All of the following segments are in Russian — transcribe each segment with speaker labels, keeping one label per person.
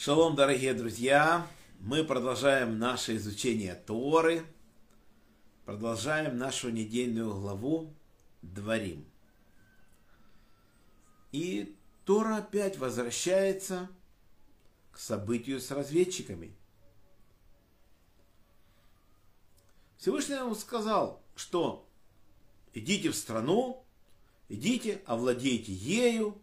Speaker 1: Шалом, дорогие друзья! Мы продолжаем наше изучение Торы, продолжаем нашу недельную главу Дворим. И Тора опять возвращается к событию с разведчиками. Всевышний ему сказал, что идите в страну, идите, овладейте ею.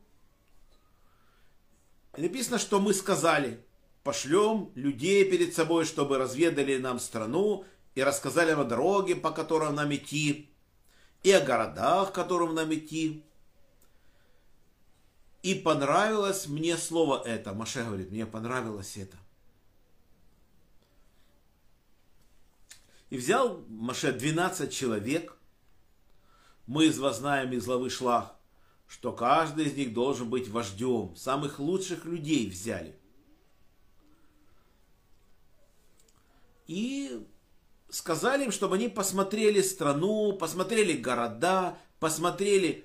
Speaker 1: И написано, что мы сказали, пошлем людей перед собой, чтобы разведали нам страну и рассказали о дороге, по которой нам идти, и о городах, к которым нам идти. И понравилось мне слово это. Моше говорит, мне понравилось это. И взял Моше 12 человек. Мы из вас знаем из главы Шлах, что каждый из них должен быть вождем. Самых лучших людей взяли. И сказали им, чтобы они посмотрели страну, посмотрели города, посмотрели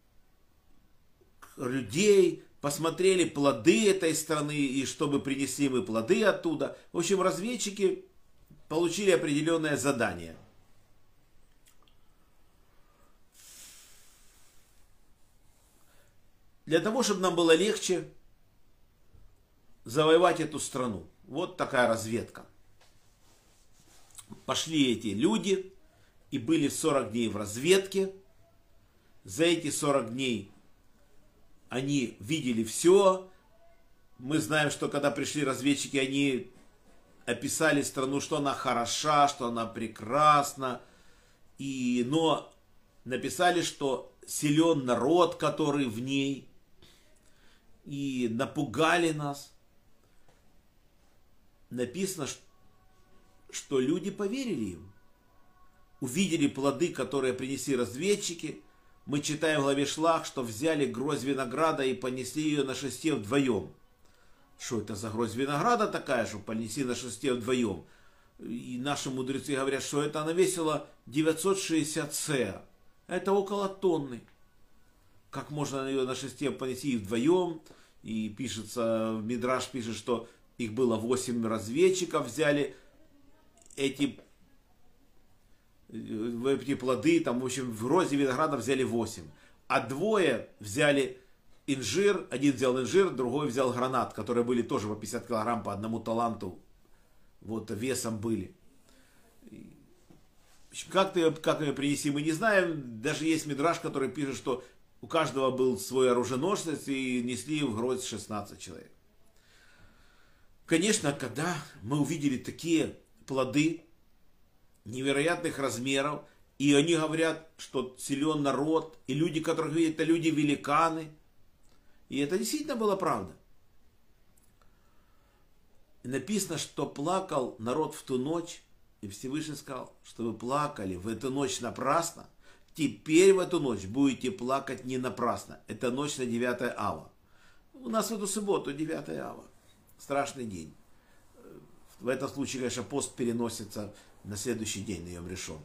Speaker 1: людей, посмотрели плоды этой страны, и чтобы принесли мы плоды оттуда. В общем, разведчики получили определенное задание. Для того, чтобы нам было легче завоевать эту страну. Вот такая разведка. Пошли эти люди и были 40 дней в разведке. За эти 40 дней они видели все. Мы знаем, что когда пришли разведчики, они описали страну, что она хороша, что она прекрасна. Но написали, что силен народ, который в ней. И напугали нас. Написано, что люди поверили им. Увидели плоды, которые принесли разведчики. Мы читаем в главе Шлах, что взяли гроздь винограда и понесли ее на шесте вдвоем. Что это за гроздь винограда такая, что понесли на шесте вдвоем? И наши мудрецы говорят, что это она весила 960 сеа. Это около тонны. Как можно ее на шесте понести вдвоем? И пишется, Мидраш пишет, что их было 8 разведчиков, взяли эти плоды, там, в общем, в грозде винограда взяли 8. А двое взяли инжир, один взял инжир, другой взял гранат, которые были тоже по 50 килограмм, по одному таланту, вот, весом были. Как ее принеси, мы не знаем. Даже есть мидраш, который пишет, что у каждого был свой оруженосец, и несли в гроздь 16 человек. Конечно, когда мы увидели такие плоды невероятных размеров, и они говорят, что силен народ, и люди, которых видят, это люди-великаны, и это действительно была правда. И написано, что плакал народ в ту ночь, и Всевышний сказал, что вы плакали в эту ночь напрасно, теперь в эту ночь будете плакать не напрасно. Это ночь на 9 ава. У нас в эту субботу 9 ава. Страшный день. В этом случае, конечно, пост переносится на следующий день, на Йом Ришон.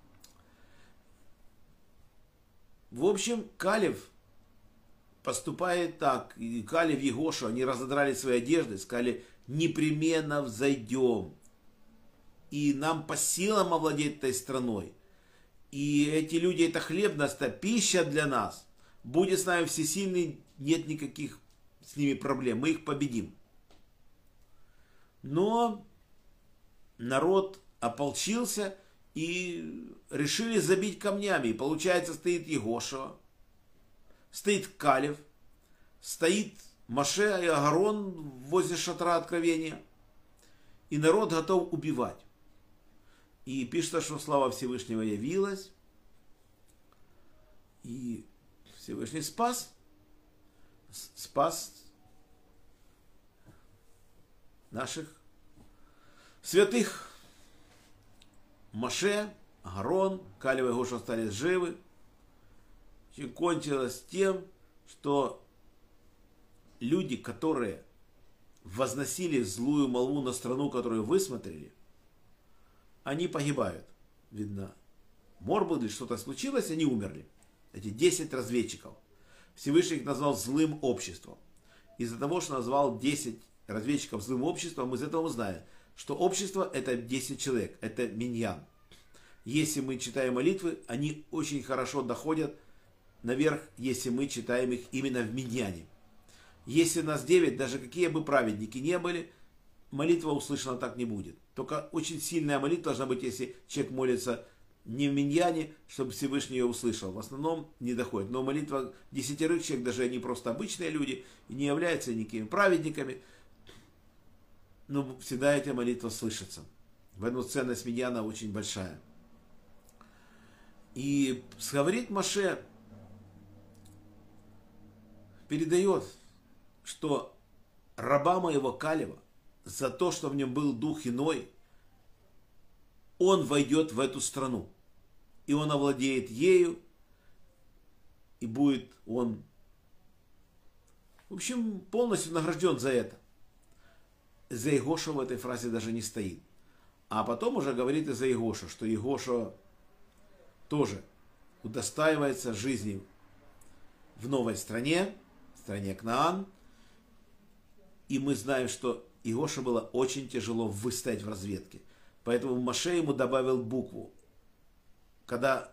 Speaker 1: В общем, Калев поступает так. И Калев, Егошу, они разодрали свои одежды, сказали, непременно взойдем. И нам по силам овладеть этой страной. И эти люди, это хлеб, это пища для нас. Будет с нами всесильный, нет никаких с ними проблем. Мы их победим. Но народ ополчился и решили забить камнями. И получается, стоит Егошуа, стоит Калев, стоит Моше и Аарон возле шатра откровения. И народ готов убивать. И пишется, что слава Всевышнего явилась. И Всевышний спас наших святых. Моше, Аарон, Калев и Егоша остались живы. И кончилось тем, что люди, которые возносили злую молву на страну, которую высмотрели, они погибают. Видно, мор был или что-то случилось, они умерли. Эти 10 разведчиков. Всевышний их назвал злым обществом. Из-за того, что назвал 10 разведчиков злым обществом, из этого мы знаем, что общество это 10 человек, это миньян. Если мы читаем молитвы, они очень хорошо доходят наверх, если мы читаем их именно в миньяне. Если нас 9, даже какие бы праведники не были, молитва услышана так не будет. Только очень сильная молитва должна быть, если человек молится не в миньяне, чтобы Всевышний ее услышал. В основном не доходит. Но молитва 10 человек, даже они просто обычные люди, и не являются никакими праведниками, но всегда эта молитва слышится. Поэтому ценность миньяна очень большая. И говорит Моше, передает, что раба моего Калева, за то, что в нем был дух иной, он войдет в эту страну. И он овладеет ею, и будет он, в общем, полностью награжден за это. За Егошу в этой фразе даже не стоит. А потом уже говорит и за Егошу, что Егоша тоже удостаивается жизни в новой стране Кнаан. И мы знаем, что Егоше было очень тяжело выстоять в разведке. Поэтому Моше ему добавил букву. Когда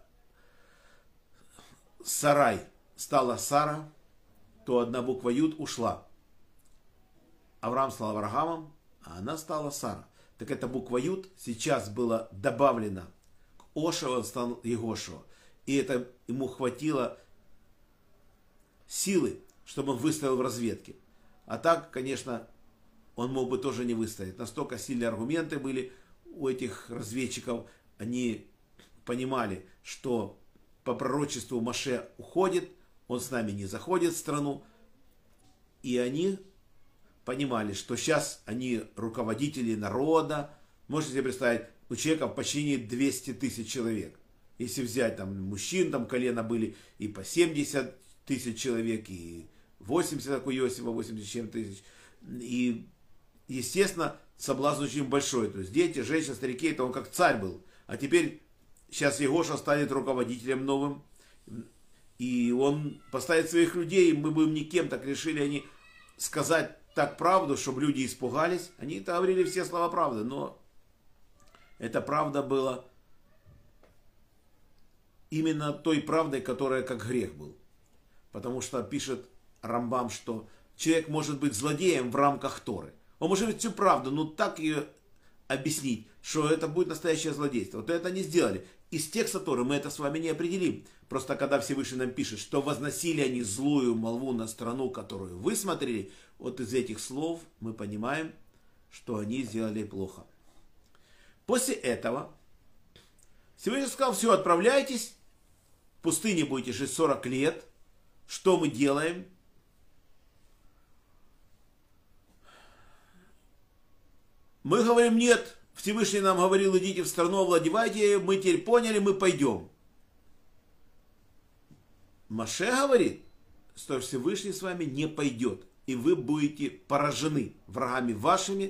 Speaker 1: Сарай стала Сара, то одна буква Юд ушла. Авраам стал Авраамом, а она стала Сара. Так эта буква Юд сейчас была добавлена к Ошева, он стал Егошева. И это ему хватило силы, чтобы он выстоял в разведке. А так, конечно, он мог бы тоже не выстоять. Настолько сильные аргументы были у этих разведчиков. Они понимали, что по пророчеству Моше уходит, он с нами не заходит в страну. И они понимали, что сейчас они руководители народа. Можете себе представить, у человека в подчинении 200 тысяч человек. Если взять там мужчин, там колено были и по 70 тысяч человек, и 80, как у Иосифа, 87 тысяч. И, естественно, соблазн очень большой. То есть дети, женщины, старики, это он как царь был. А теперь, сейчас Егоша станет руководителем новым. И он поставит своих людей, и мы будем никем, так решили они сказать так правду, чтобы люди испугались. Они это говорили все слова правды, но эта правда была именно той правдой, которая как грех был. Потому что пишет Рамбам, что человек может быть злодеем в рамках Торы. Он может быть всю правду, но так ее объяснить, что это будет настоящее злодейство. Вот это они сделали. Из текста Торы мы это с вами не определим. Просто когда Всевышний нам пишет, что возносили они злую молву на страну, которую вы смотрели, вот из этих слов мы понимаем, что они сделали плохо. После этого Всевышний сказал: все, отправляйтесь, в пустыне будете жить 40 лет. Что мы делаем? Мы говорим: нет, Всевышний нам говорил: идите в страну, овладевайте ее, мы теперь поняли, мы пойдем. Моше говорит, что Всевышний с вами не пойдет, и вы будете поражены врагами вашими.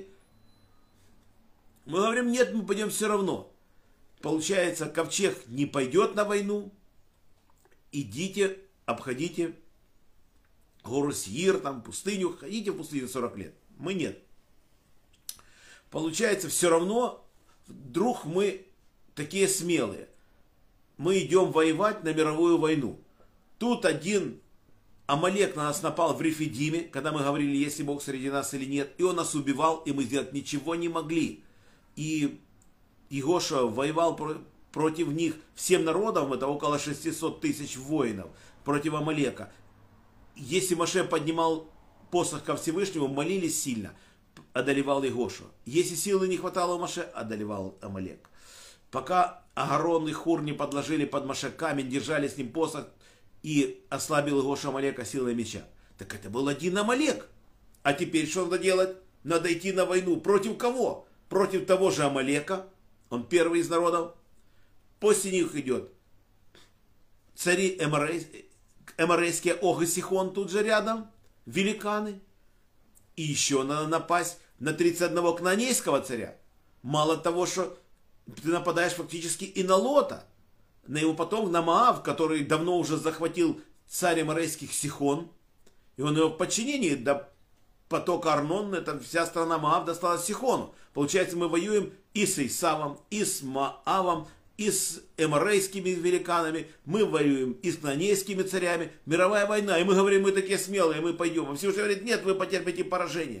Speaker 1: Мы говорим: нет, мы пойдем все равно. Получается, ковчег не пойдет на войну. Идите, обходите гору Сьир, там пустыню, ходите в пустыню 40 лет. Мы нет. Получается, все равно, вдруг мы такие смелые. Мы идем воевать на мировую войну. Тут один Амалек на нас напал в Рефидиме, когда мы говорили, есть ли Бог среди нас или нет. И он нас убивал, и мы сделать ничего не могли. И Егоша воевал против них всем народом, это около 600 тысяч воинов, против Амалека. Если Моше поднимал посох ко Всевышнему, молились сильно, одолевал Егошу. Если силы не хватало у Моше, одолевал Амалек. Пока Агарон и Хур не подложили под Моше камень, держали с ним посох, и ослабил Егошу Амалека силой меча. Так это был один Амалек. А теперь что надо делать? Надо идти на войну. Против кого? Против того же Амалека. Он первый из народов. После них идет цари эморейские, Ог и Сихон тут же рядом. Великаны. И еще надо напасть на 31 кнаанейского царя. Мало того, что ты нападаешь фактически и на Лота. На его потом, на Моав, который давно уже захватил царь эморейских Сихон. И он его в подчинении до потока Арнон, это вся страна Моав досталась Сихону. Получается, мы воюем и с Исавом, и с Моавом, и с эморейскими великанами, мы воюем и с кнанейскими царями. Мировая война, и мы говорим, мы такие смелые, мы пойдем. А Всевышний говорит, нет, вы потерпите поражение.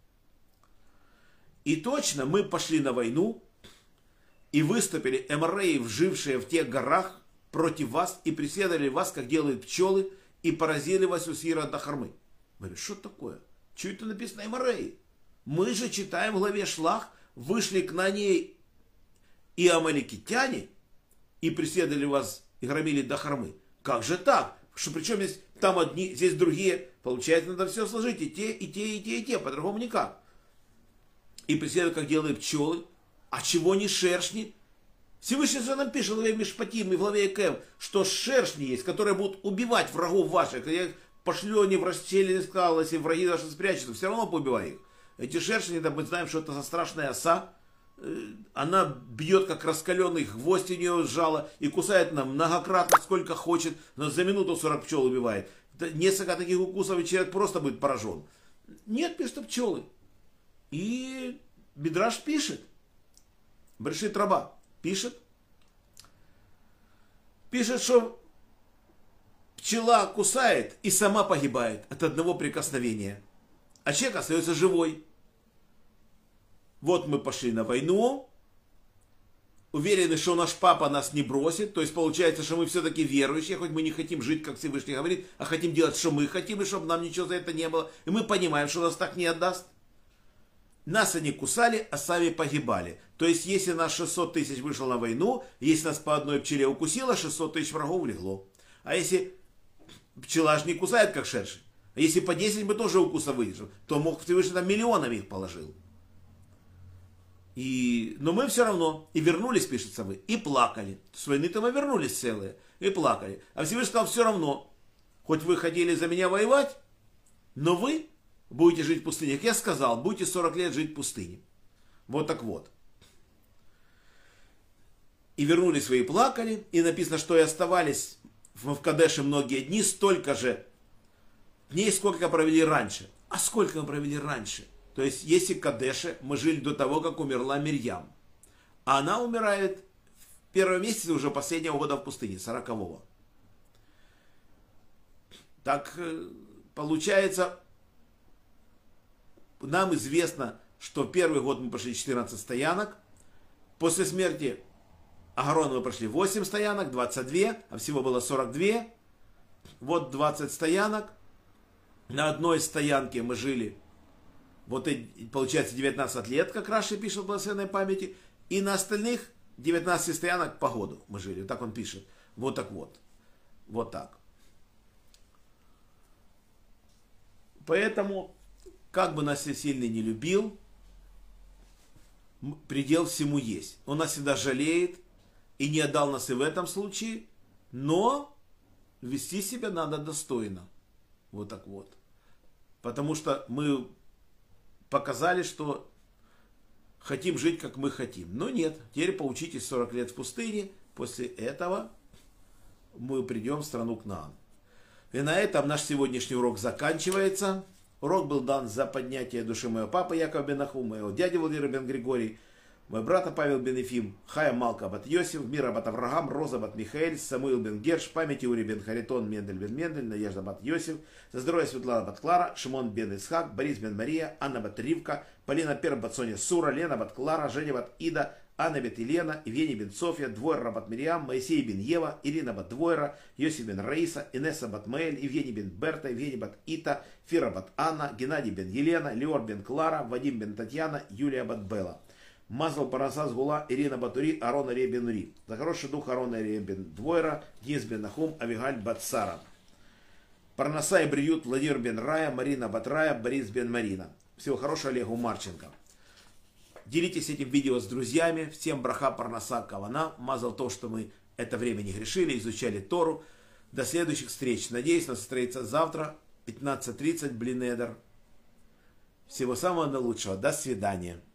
Speaker 1: И точно мы пошли на войну, и выступили эмореи, жившие в тех горах, против вас, и преследовали вас, как делают пчелы, и поразили вас у Сира до Хормы. Говорю, что такое? Что это написано эмореи? Мы же читаем в главе Шлах, вышли к Наней и амаликитяне, и преследовали вас, и громили до Хормы. Как же так? Что, причем здесь там одни, здесь другие. Получается, надо все сложить, и те, и те, и те, и те, по-другому никак. И преследуют, как делают пчелы. А чего не шершни? Всевышний же нам пишет в главе Мишпатим и в главе Экем, что шершни есть, которые будут убивать врагов ваших. Я их пошлю они в расщелины скал, если враги ваши спрячутся, все равно поубивай их. Эти шершни, да, мы знаем, что это за страшная оса. Она бьет, как раскаленный гвоздь у нее сжала, и кусает нам многократно, сколько хочет, но за минуту 40 пчел убивает. Несколько таких укусов, и человек просто будет поражен. Нет, пишет, пчелы. И Мидраш пишет. Брешит Раба пишет, что пчела кусает и сама погибает от одного прикосновения, а человек остается живой. Вот мы пошли на войну, уверены, что наш папа нас не бросит, то есть получается, что мы все-таки верующие, хоть мы не хотим жить, как Всевышний говорит, а хотим делать, что мы хотим, и чтобы нам ничего за это не было, и мы понимаем, что нас так не отдаст. Нас они кусали, а сами погибали. То есть, если нас 600 тысяч вышло на войну, если нас по одной пчеле укусило, 600 тысяч врагов легло. А если пчела же не кусает, как шершень, а если по 10 мы тоже укуса выдержим, то мог Всевышний там миллионами их положил. Но мы все равно и вернулись, пишется вы, и плакали. С войны-то мы вернулись целые, и плакали. А Всевышний сказал, все равно, хоть вы хотели за меня воевать, но вы будете жить в пустыне. Как я сказал, будете 40 лет жить в пустыне. Вот так вот. И вернулись вы и плакали. И написано, что и оставались в Кадеше многие дни, столько же дней, сколько провели раньше. А сколько мы провели раньше? То есть, если в Кадеше мы жили до того, как умерла Мирьям. А она умирает в первом месяце уже последнего года в пустыне, 40-го. Так получается, нам известно, что первый год мы прошли 14 стоянок. После смерти Агарона мы прошли 8 стоянок, 22, а всего было 42. Вот 20 стоянок. На одной стоянке мы жили, вот и получается 19 лет, как Раши пишет в благословенной памяти. И на остальных 19 стоянок по году мы жили. Так он пишет. Вот так вот. Вот так. Поэтому, как бы нас сильно не любил, предел всему есть. Он нас всегда жалеет и не отдал нас и в этом случае, но вести себя надо достойно. Вот так вот. Потому что мы показали, что хотим жить, как мы хотим. Но нет, теперь поучитесь 40 лет в пустыне, после этого мы придем в страну Кнаан. И на этом наш сегодняшний урок заканчивается. Урок был дан за поднятие души моего папы Якова бен Нахум, моего дяди Владимира бен Григорий, моего брата Павел бен Ефим, Хая Малка бат Йосиф, Мира бат Авраам, Роза бат Михаэль, Самуил бен Герш, памяти Ури бен Харитон, Мендель бен Мендель, Надежда бат Йосиф, за здоровье Светлана бат Клара, Шимон бен Исхак, Борис бен Мария, Анна бат Ривка, Полина Пер бат Соня Сура, Лена бат Клара, Женя бат Ида, Анна бет Елена, Евгений бен Софья, Двойра бат Мириам, Моисей бен Ева, Ирина бат Двойра, Йосиф бен Раиса, Инесса бат Маэль, Евгений бен Берта, Евгений бат Ита, Фира бат Анна, Геннадий бен Елена, Леор бен Клара, Вадим бен Татьяна, Юлия бат Белла. Мазал Параса Сгула, Ирина Батури, Арон Ария бен Ури. За хороший дух Арон Ария бен Двойра, Денис бен Нахум, Авигаль бат Сара. Парнаса и Бриют, Владимир бен Рая, Марина бат Рая, Борис бен Марина. Всего хорошего Олегу Марченко. Делитесь этим видео с друзьями. Всем браха, парнаса, кавана. Мазал то, что мы это время не грешили, изучали Тору. До следующих встреч. Надеюсь, нас встретится завтра, 15:30, Блинедер. Всего самого наилучшего. До свидания.